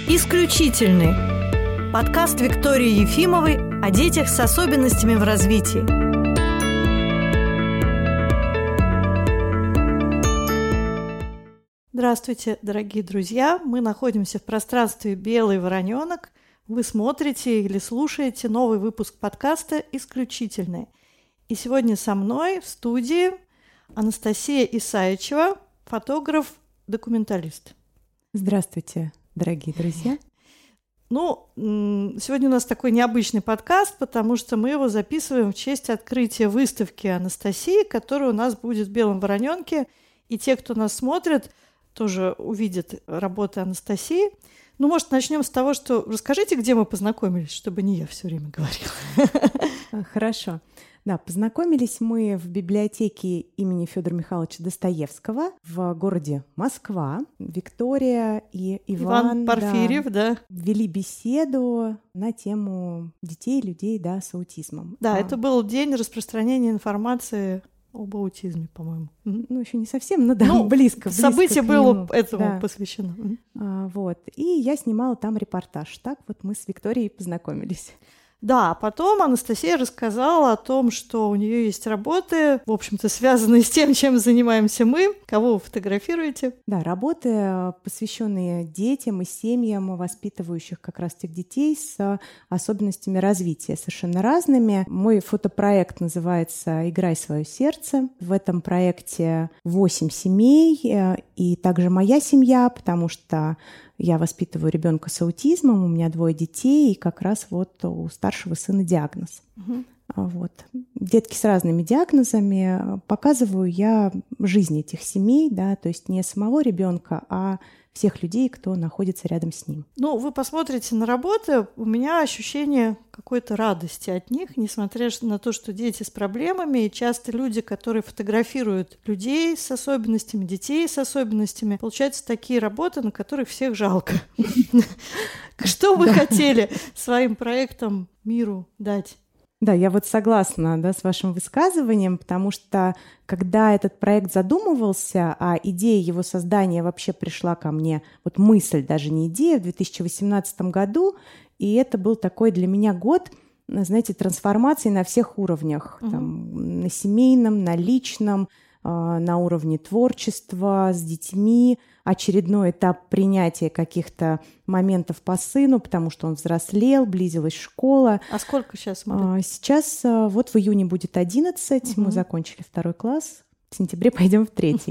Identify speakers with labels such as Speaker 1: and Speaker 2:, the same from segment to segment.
Speaker 1: «Исключительный» – подкаст Виктории Ефимовой о детях с особенностями в развитии. Здравствуйте, дорогие друзья! Мы находимся в пространстве «Белый вороненок». Вы смотрите или слушаете новый выпуск подкаста «Исключительный». И сегодня со мной в студии Анастасия Исаичева, фотограф-документалист.
Speaker 2: Здравствуйте, дорогие друзья.
Speaker 1: Сегодня у нас такой необычный подкаст, потому что мы его записываем в честь открытия выставки Анастасии, которая у нас будет в «Белом вороненке». И те, кто нас смотрит, тоже увидят работы Анастасии. Может, начнем с того, что расскажите, где мы познакомились, чтобы не я все время говорила.
Speaker 2: Хорошо. Да, познакомились мы в библиотеке имени Фёдора Михайловича Достоевского в городе Москва. Виктория и Иван
Speaker 1: Порфирьев, да,
Speaker 2: вели беседу на тему детей, людей, с аутизмом.
Speaker 1: Да, это был день распространения информации об аутизме, по-моему.
Speaker 2: Еще не совсем, но близко.
Speaker 1: Событие было этому посвящено.
Speaker 2: И я снимала там репортаж. Так вот мы с Викторией познакомились.
Speaker 1: Да, потом Анастасия рассказала о том, что у нее есть работы, в общем-то, связанные с тем, чем занимаемся мы. Кого вы фотографируете?
Speaker 2: Да, работы, посвященные детям и семьям, воспитывающих как раз тех детей с особенностями развития, совершенно разными. Мой фотопроект называется «Играй свое сердце». В этом проекте 8 семей, и также моя семья, потому что я воспитываю ребенка с аутизмом, у меня 2 детей, и как раз у старшего сына диагноз. Детки с разными диагнозами. Показываю я жизнь этих семей, то есть не самого ребенка, а всех людей, кто находится рядом с ним.
Speaker 1: Вы посмотрите на работы, у меня ощущение какой-то радости от них, несмотря на то, что дети с проблемами, и часто люди, которые фотографируют людей с особенностями, детей с особенностями, получаются такие работы, на которых всех жалко. Что вы хотели своим проектом миру дать?
Speaker 2: Да, я согласна, с вашим высказыванием, потому что когда этот проект задумывался, а идея его создания вообще пришла ко мне, мысль, даже не идея, в 2018 году, и это был такой для меня год, знаете, трансформации на всех уровнях, на семейном, на личном, на уровне творчества, с детьми, очередной этап принятия каких-то моментов по сыну, потому что он взрослел, близилась школа.
Speaker 1: А сколько сейчас?
Speaker 2: Сейчас в июне будет 11, мы закончили 2 класс, в сентябре пойдем в 3.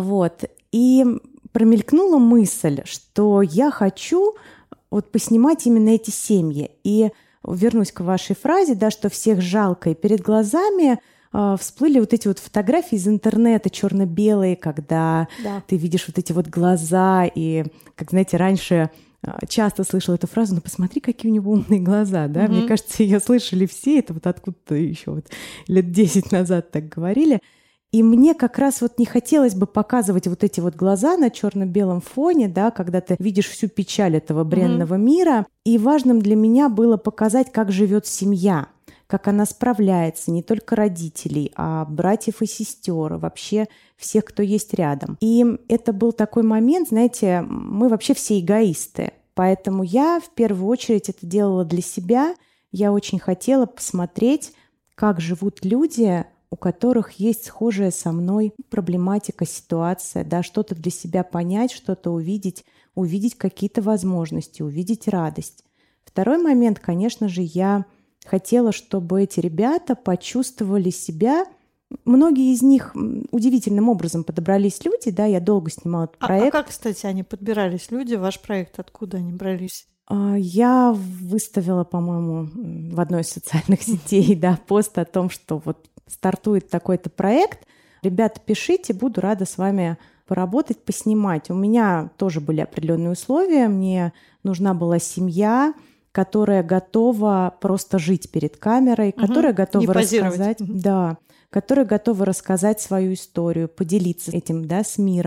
Speaker 2: И промелькнула мысль, что я хочу поснимать именно эти семьи. И вернусь к вашей фразе, что всех жалко, и перед глазами всплыли эти фотографии из интернета черно-белые, когда ты видишь эти глаза, и, как знаете, раньше часто слышала эту фразу: посмотри, какие у него умные глаза, Мне кажется, ее слышали все, это откуда-то еще лет 10 назад так говорили. И мне как раз не хотелось бы показывать эти глаза на черно-белом фоне, когда ты видишь всю печаль этого бренного мира. И важным для меня было показать, как живет семья, как она справляется, не только родителей, а братьев и сестер, вообще всех, кто есть рядом. И это был такой момент, знаете, мы вообще все эгоисты, поэтому я в первую очередь это делала для себя. Я очень хотела посмотреть, как живут люди, у которых есть схожая со мной проблематика, ситуация, что-то для себя понять, что-то увидеть какие-то возможности, увидеть радость. Второй момент, конечно же, я хотела, чтобы эти ребята почувствовали себя. Многие из них удивительным образом подобрались люди, я долго снимала этот проект.
Speaker 1: А как, кстати, они подбирались, люди, ваш проект, откуда они брались?
Speaker 2: Я выставила, по-моему, в одной из социальных сетей, пост о том, что стартует такой-то проект. Ребята, пишите, буду рада с вами поработать, поснимать. У меня тоже были определенные условия. Мне нужна была семья, которая готова просто жить перед камерой, которая готова рассказать, которая готова рассказать свою историю, поделиться этим, с миром.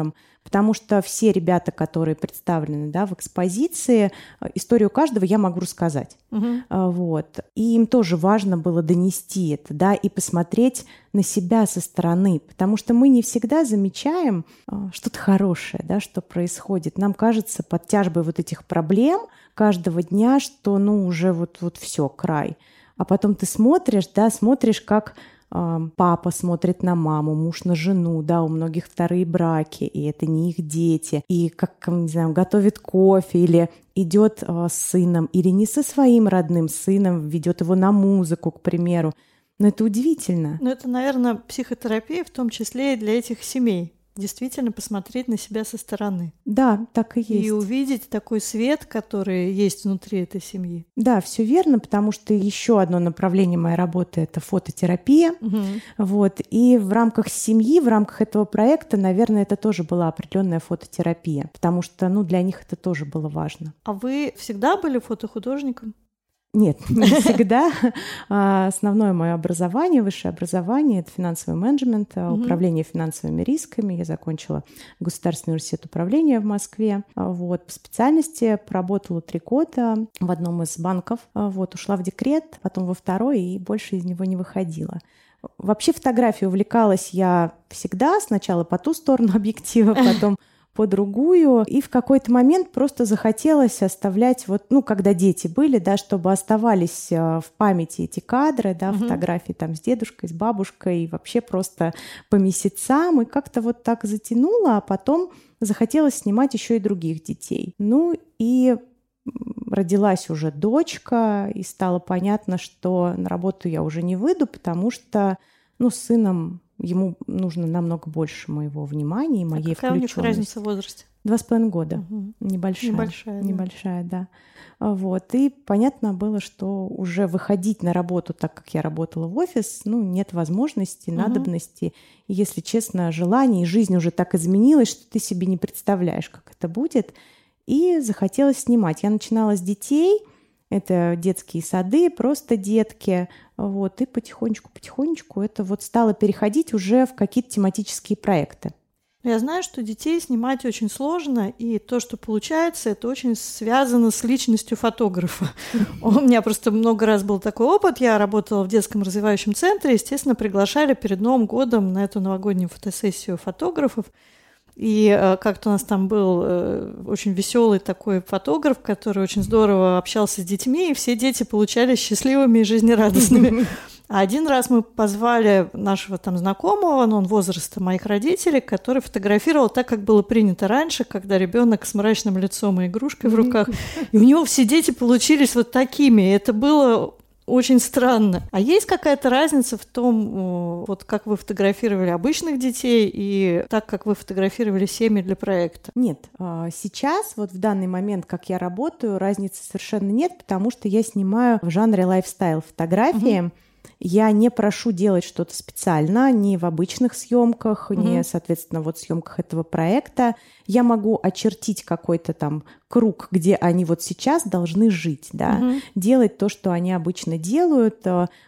Speaker 2: потому что все ребята, которые представлены, да, в экспозиции, историю каждого я могу рассказать. Вот. И им тоже важно было донести это, да, и посмотреть на себя со стороны, потому что мы не всегда замечаем что-то хорошее, да, что происходит. Нам кажется под тяжбой вот этих проблем каждого дня, что уже вот все, край. А потом ты смотришь, как папа смотрит на маму, муж на жену, да, у многих вторые браки, и это не их дети, и как, не знаю, готовит кофе или идет с сыном, или не со своим родным сыном, ведет его на музыку, к примеру. Но это удивительно.
Speaker 1: Но это, наверное, психотерапия, в том числе и для этих семей. Действительно посмотреть на себя со стороны.
Speaker 2: Да, так и есть.
Speaker 1: И увидеть такой свет, который есть внутри этой семьи.
Speaker 2: Да, все верно, потому что еще одно направление моей работы — это фототерапия. Вот. И в рамках семьи, в рамках этого проекта, наверное, это тоже была определенная фототерапия, потому что для них это тоже было важно.
Speaker 1: А вы всегда были фотохудожником?
Speaker 2: Нет, не всегда. Основное мое образование, высшее образование — это финансовый менеджмент, управление финансовыми рисками. Я закончила Государственный университет управления в Москве. Вот. По специальности поработала 3 года в одном из банков. Вот. Ушла в декрет, потом во второй, и больше из него не выходила. Вообще фотографией увлекалась я всегда. Сначала по ту сторону объектива, потом по другую. И в какой-то момент просто захотелось оставлять, когда дети были, да, чтобы оставались в памяти эти кадры, да, фотографии там с дедушкой, с бабушкой, и вообще просто по месяцам. И как-то вот так затянуло, а потом захотелось снимать еще и других детей. И родилась уже дочка, и стало понятно, что на работу я уже не выйду, потому что, с сыном ему нужно намного больше моего внимания и моей включенности.
Speaker 1: Какая у них разница в возрасте?
Speaker 2: 2,5 года. Небольшая, да. Вот. И понятно было, что уже выходить на работу, так как я работала в офис, нет возможности, надобности. И, если честно, желание, и жизнь уже так изменилась, что ты себе не представляешь, как это будет. И захотелось снимать. Я начинала с детей. Это детские сады, просто детки. Вот, и потихонечку это стало переходить уже в какие-то тематические проекты.
Speaker 1: Я знаю, что детей снимать очень сложно, и то, что получается, это очень связано с личностью фотографа. У меня просто много раз был такой опыт. Я работала в детском развивающем центре, естественно, приглашали перед Новым годом на эту новогоднюю фотосессию фотографов. И как-то у нас там был очень веселый такой фотограф, который очень здорово общался с детьми, и все дети получались счастливыми и жизнерадостными. А один раз мы позвали нашего там знакомого, он возраста моих родителей, который фотографировал так, как было принято раньше, когда ребенок с мрачным лицом и игрушкой в руках. И у него все дети получились вот такими. И это было очень странно. А есть какая-то разница в том, как вы фотографировали обычных детей и так, как вы фотографировали семьи для проекта?
Speaker 2: Нет. Сейчас, в данный момент, как я работаю, разницы совершенно нет, потому что я снимаю в жанре лайфстайл фотографии. Я не прошу делать что-то специально, ни в обычных съемках, ни, соответственно, съемках этого проекта. Я могу очертить какой-то там круг, где они сейчас должны жить, да, делать то, что они обычно делают.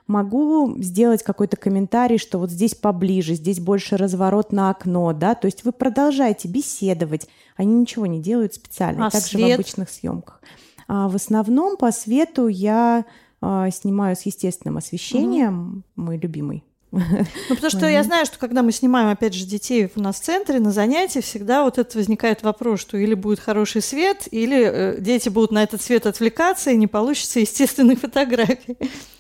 Speaker 2: Могу сделать какой-то комментарий, что здесь поближе, здесь больше разворот на окно, да, то есть вы продолжаете беседовать. Они ничего не делают специально, также свет? В обычных съемках. В основном по свету я снимаю с естественным освещением, мой любимый.
Speaker 1: Потому что я знаю, что когда мы снимаем, опять же, детей у нас в центре на занятии, всегда это возникает вопрос, что или будет хороший свет, или дети будут на этот свет отвлекаться, и не получится естественных фотографий.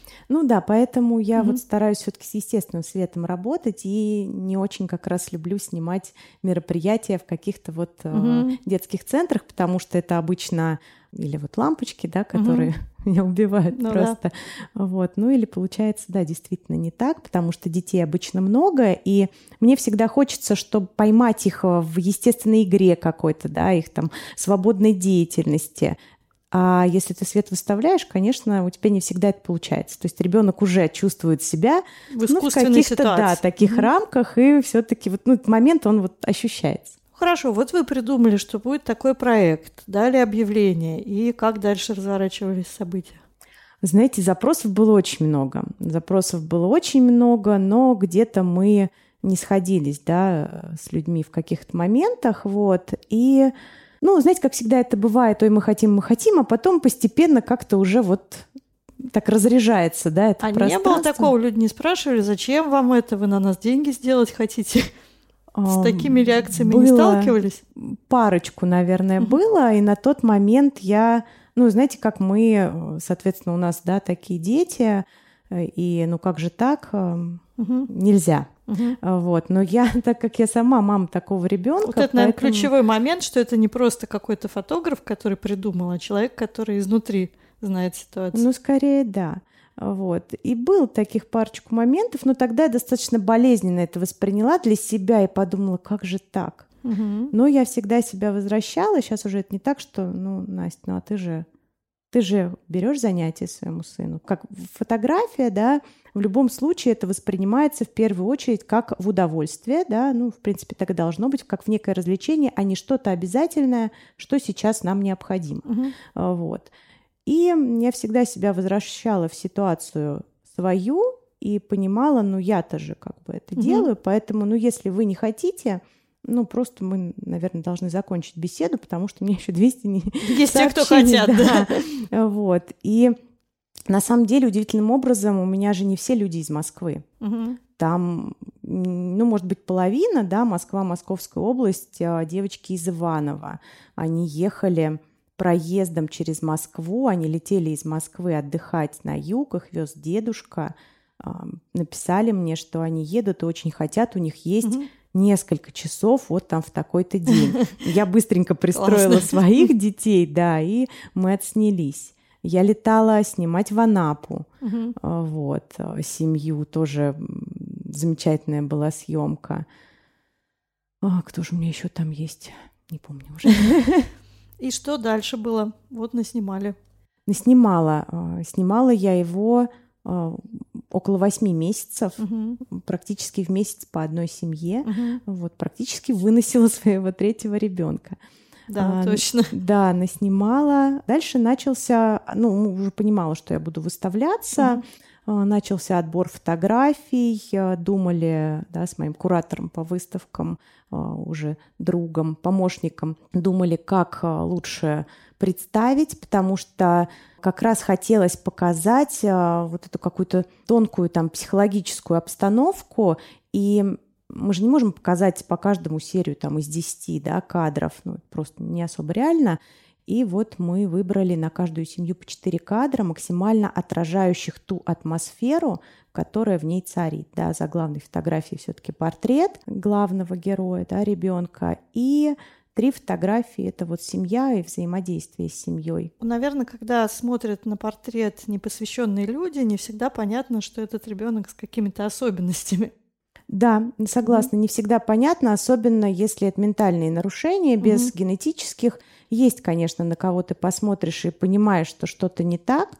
Speaker 2: Да, поэтому я стараюсь все-таки с естественным светом работать и не очень как раз люблю снимать мероприятия в каких-то детских центрах, потому что это обычно или лампочки, да, которые меня убивают просто. Да. Или получается, да, действительно не так, потому что детей обычно много, и мне всегда хочется, чтобы поймать их в естественной игре какой-то, да, их там свободной деятельности. А если ты свет выставляешь, конечно, у тебя не всегда это получается. То есть ребенок уже чувствует себя
Speaker 1: в искусственной ситуации.
Speaker 2: Таких рамках, и все-таки этот момент он ощущается.
Speaker 1: Хорошо, вы придумали, что будет такой проект, дали объявление, и как дальше разворачивались события?
Speaker 2: Знаете, запросов было очень много, но где-то мы не сходились, да, с людьми в каких-то моментах, вот, и, ну, знаете, как всегда это бывает, ой, мы хотим, а потом постепенно как-то уже вот так разряжается, да, это пространство.
Speaker 1: А не было такого, люди не спрашивали, зачем вам это, вы на нас деньги сделать хотите? С такими реакциями не сталкивались?
Speaker 2: Парочку, наверное, было, и на тот момент я, ну, знаете, как мы, соответственно, у нас, да, такие дети, и, ну, как же так, нельзя. Вот. Но я, так как я сама мама такого ребенка.
Speaker 1: Вот это, наверное, ключевой момент, что это не просто какой-то фотограф, который придумал, а человек, который изнутри знает ситуацию.
Speaker 2: Ну, скорее, да. Вот. И было таких парочку моментов, но тогда я достаточно болезненно это восприняла для себя и подумала, как же так? Но я всегда себя возвращала. Сейчас уже это не так, что, ну, Настя, ну а ты же берешь занятия своему сыну. Как фотография, да, в любом случае это воспринимается в первую очередь как в удовольствие, да, ну, в принципе, так и должно быть, как в некое развлечение, а не что-то обязательное, что сейчас нам необходимо. Вот. И я всегда себя возвращала в ситуацию свою и понимала, ну, я-то же как бы это делаю, поэтому, ну, если вы не хотите, ну, просто мы, наверное, должны закончить беседу, потому что у меня еще 200
Speaker 1: Есть те, кто хотят,
Speaker 2: да. Вот. И на самом деле, удивительным образом, у меня же не все люди из Москвы. Там, ну, может быть, половина, да, Москва, Московская область, девочки из Иваново. Они ехали проездом через Москву, они летели из Москвы отдыхать на юг, их вез дедушка. Написали мне, что они едут и очень хотят, у них есть несколько часов вот там в такой-то день. Я быстренько пристроила своих детей, да, и мы отснялись. Я летала снимать в Анапу, вот, семью, тоже замечательная была съемка. Кто же у меня еще там есть? Не помню уже.
Speaker 1: И что дальше было? Вот наснимали.
Speaker 2: Снимала я его около 8 месяцев, практически в месяц по одной семье. Вот, практически выносила своего 3-го ребенка.
Speaker 1: Да, точно.
Speaker 2: Да, наснимала. Дальше начался, ну, уже понимала, что я буду выставляться. Начался отбор фотографий. Думали, да, с моим куратором по выставкам, уже другом, помощником, думали, как лучше представить, потому что как раз хотелось показать вот эту какую-то тонкую там психологическую обстановку, и мы же не можем показать по каждому серию там из 10, да, кадров, ну, просто не особо реально. И вот мы выбрали на каждую семью по 4 кадра, максимально отражающих ту атмосферу, которая в ней царит. Да, за главной фотографией все-таки портрет главного героя, да, ребенка, и 3 фотографии — это вот семья и взаимодействие с семьей.
Speaker 1: Наверное, когда смотрят на портрет непосвященные люди, не всегда понятно, что этот ребенок с какими-то особенностями.
Speaker 2: Да, согласна, не всегда понятно, особенно если это ментальные нарушения без генетических. Есть, конечно, на кого ты посмотришь и понимаешь, что что-то не так.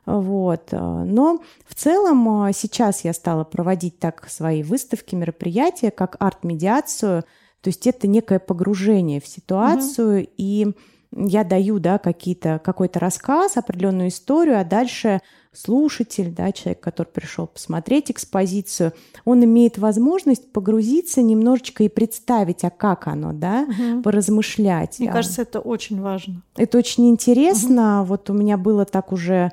Speaker 2: Вот. Но в целом сейчас я стала проводить так свои выставки, мероприятия, как арт-медиацию. То есть это некое погружение в ситуацию, и я даю, да, какой-то рассказ, определенную историю, а дальше слушатель, да, человек, который пришел посмотреть экспозицию, он имеет возможность погрузиться немножечко и представить, а как оно, да, поразмышлять.
Speaker 1: Мне кажется, это очень важно.
Speaker 2: Это очень интересно. Вот у меня было так уже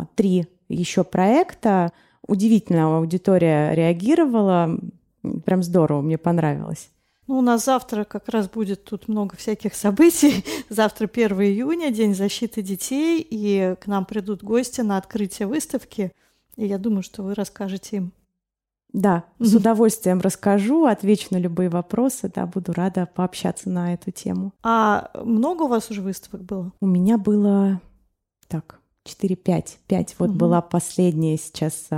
Speaker 2: 3 еще проекта. Удивительно, аудитория реагировала. Прям здорово, мне понравилось.
Speaker 1: Ну, у нас завтра как раз будет тут много всяких событий. Завтра 1 июня, День защиты детей, и к нам придут гости на открытие выставки, и я думаю, что вы расскажете им.
Speaker 2: Да, с удовольствием расскажу, отвечу на любые вопросы, да, буду рада пообщаться на эту тему.
Speaker 1: А много у вас уже выставок было?
Speaker 2: У меня было, 4-5. 5. Вот была последняя сейчас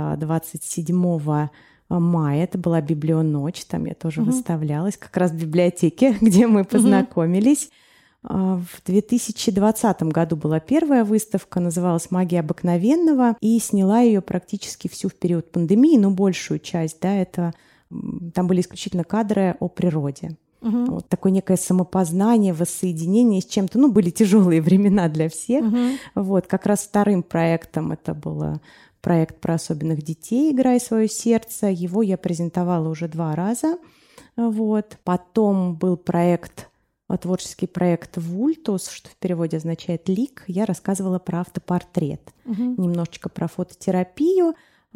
Speaker 2: 27 мая, это была библионочь, там я тоже выставлялась, как раз в библиотеке, где мы познакомились. В 2020 году была первая выставка, называлась «Магия обыкновенного», и сняла ее практически всю в период пандемии, но большую часть, да, там были исключительно кадры о природе. Вот такое некое самопознание, воссоединение с чем-то. Ну, были тяжелые времена для всех. Вот, как раз вторым проектом это было проект про особенных детей «Играй свое сердце». Его я презентовала уже 2 раза. Вот. Потом был творческий проект «Вультус», что в переводе означает «лик». Я рассказывала про автопортрет, немножечко про фототерапию.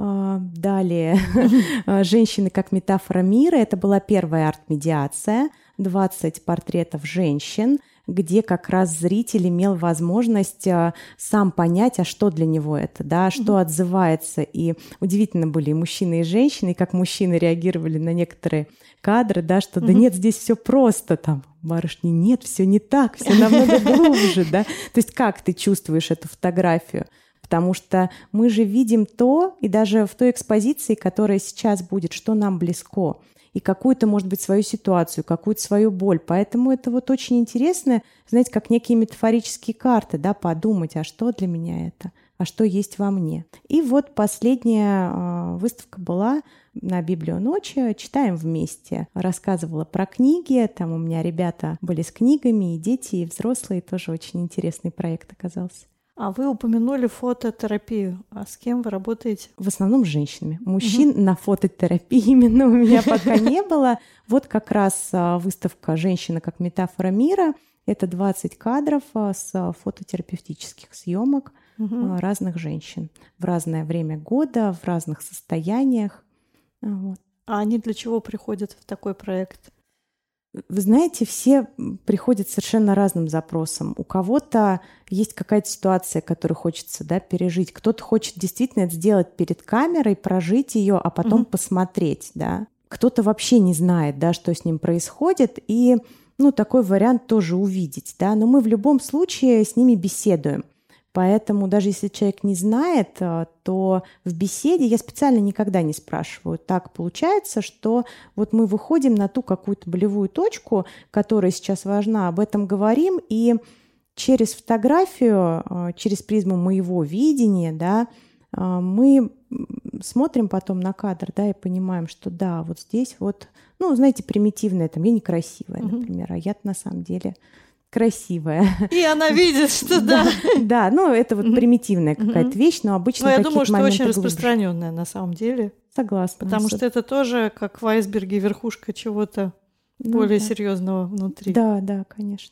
Speaker 2: Далее «Женщины как метафора мира». Это была первая арт-медиация, 20 портретов женщин, где как раз зритель имел возможность сам понять, а что для него это, да, что отзывается. И удивительно были и мужчины, и женщины, и как мужчины реагировали на некоторые кадры, да, что да нет, здесь все просто, там, барышни, нет, все не так, все намного глубже, да. То есть как ты чувствуешь эту фотографию? Потому что мы же видим то, и даже в той экспозиции, которая сейчас будет, что нам близко, и какую-то, может быть, свою ситуацию, какую-то свою боль. Поэтому это вот очень интересно, знаете, как некие метафорические карты, да, подумать, а что для меня это, а что есть во мне. И вот последняя выставка была на Библионочи, читаем вместе. Рассказывала про книги, там у меня ребята были с книгами, и дети, и взрослые, тоже очень интересный проект оказался.
Speaker 1: А вы упомянули фототерапию. А с кем вы работаете?
Speaker 2: В основном с женщинами. Мужчин на фототерапии именно у меня пока не было. Вот как раз выставка «Женщина как метафора мира». Это 20 кадров с фототерапевтических съемок разных женщин в разное время года, в разных состояниях. Вот.
Speaker 1: А они для чего приходят в такой проект?
Speaker 2: Вы знаете, все приходят с совершенно разным запросом. У кого-то есть какая-то ситуация, которую хочется, да, пережить. Кто-то хочет действительно это сделать перед камерой, прожить ее, а потом посмотреть, да. Кто-то вообще не знает, да, что с ним происходит, и, такой вариант тоже увидеть, да. Но мы в любом случае с ними беседуем. Поэтому даже если человек не знает, то в беседе я специально никогда не спрашиваю. Так получается, что вот мы выходим на ту какую-то болевую точку, которая сейчас важна, об этом говорим, и через фотографию, через призму моего видения, да, мы смотрим потом на кадр, да, и понимаем, что да, вот здесь вот, знаете, примитивная, там, я некрасивая, например, а я-то на самом деле красивая.
Speaker 1: И она видит, что да.
Speaker 2: Да, это вот примитивная какая-то вещь, но обычно
Speaker 1: я
Speaker 2: какие-то
Speaker 1: думаю, что
Speaker 2: моменты
Speaker 1: очень
Speaker 2: глубже.
Speaker 1: распространенная на самом деле.
Speaker 2: Согласна.
Speaker 1: Потому что это тоже, как в айсберге, верхушка чего-то более серьезного внутри.
Speaker 2: Да, конечно.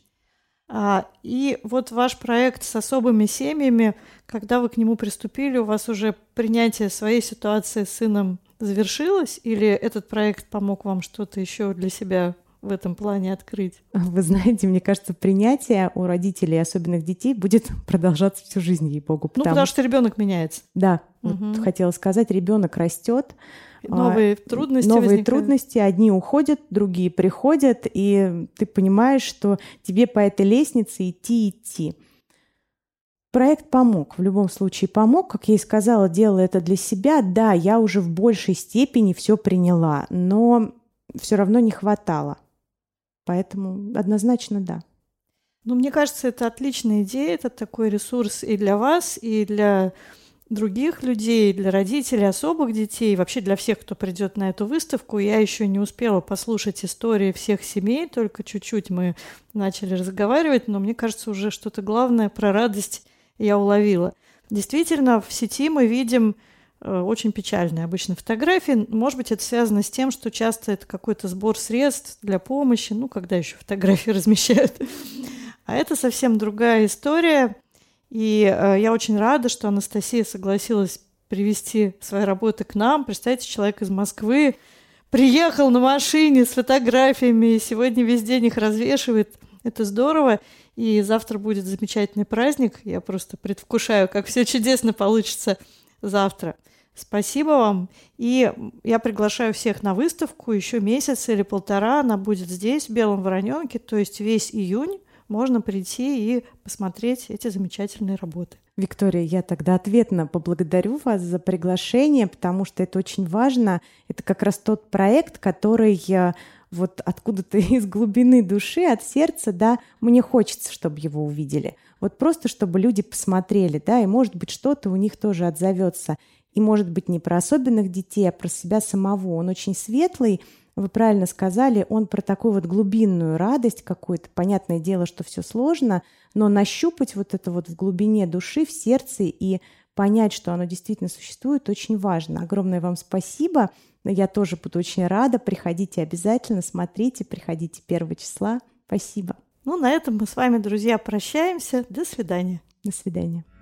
Speaker 1: И вот ваш проект с особыми семьями, когда вы к нему приступили, у вас уже принятие своей ситуации с сыном завершилось? Или этот проект помог вам что-то еще для себя в этом плане открыть?
Speaker 2: Вы знаете, мне кажется, принятие у родителей особенных детей будет продолжаться всю жизнь, ей-богу.
Speaker 1: Потому что ребенок меняется.
Speaker 2: Да, вот хотела сказать, ребенок растет.
Speaker 1: Новые трудности
Speaker 2: возникают. Трудности, одни уходят, другие приходят, и ты понимаешь, что тебе по этой лестнице идти. Проект помог, в любом случае помог. Как я и сказала, делала это для себя. Да, я уже в большей степени все приняла, но все равно не хватало. Поэтому однозначно да.
Speaker 1: Мне кажется, это отличная идея, это такой ресурс и для вас, и для других людей, для родителей особых детей, вообще для всех, кто придет на эту выставку. Я еще не успела послушать истории всех семей, только чуть-чуть мы начали разговаривать, но мне кажется, уже что-то главное про радость я уловила. Действительно, в сети мы видим очень печальные обычно фотографии. Может быть, это связано с тем, что часто это какой-то сбор средств для помощи, когда еще фотографии размещают. А это совсем другая история. И я очень рада, что Анастасия согласилась привезти свои работы к нам. Представьте, человек из Москвы приехал на машине с фотографиями и сегодня весь день их развешивает. Это здорово. И завтра будет замечательный праздник. Я просто предвкушаю, как все чудесно получится завтра. Спасибо вам. И я приглашаю всех на выставку еще месяц или полтора. Она будет здесь, в Белом Вороненке, то есть весь июнь можно прийти и посмотреть эти замечательные работы.
Speaker 2: Виктория, я тогда ответно поблагодарю вас за приглашение, потому что это очень важно. Это как раз тот проект, который вот откуда-то из глубины души, от сердца, да, мне хочется, чтобы его увидели. Вот просто, чтобы люди посмотрели, да, и, может быть, что-то у них тоже отзовется. И, может быть, не про особенных детей, а про себя самого. Он очень светлый, вы правильно сказали, он про такую вот глубинную радость какую-то. Понятное дело, что все сложно, но нащупать вот это вот в глубине души, в сердце и понять, что оно действительно существует, очень важно. Огромное вам спасибо. Я тоже буду очень рада. Приходите обязательно, смотрите, приходите 1 числа. Спасибо.
Speaker 1: На этом мы с вами, друзья, прощаемся. До свидания.
Speaker 2: До свидания.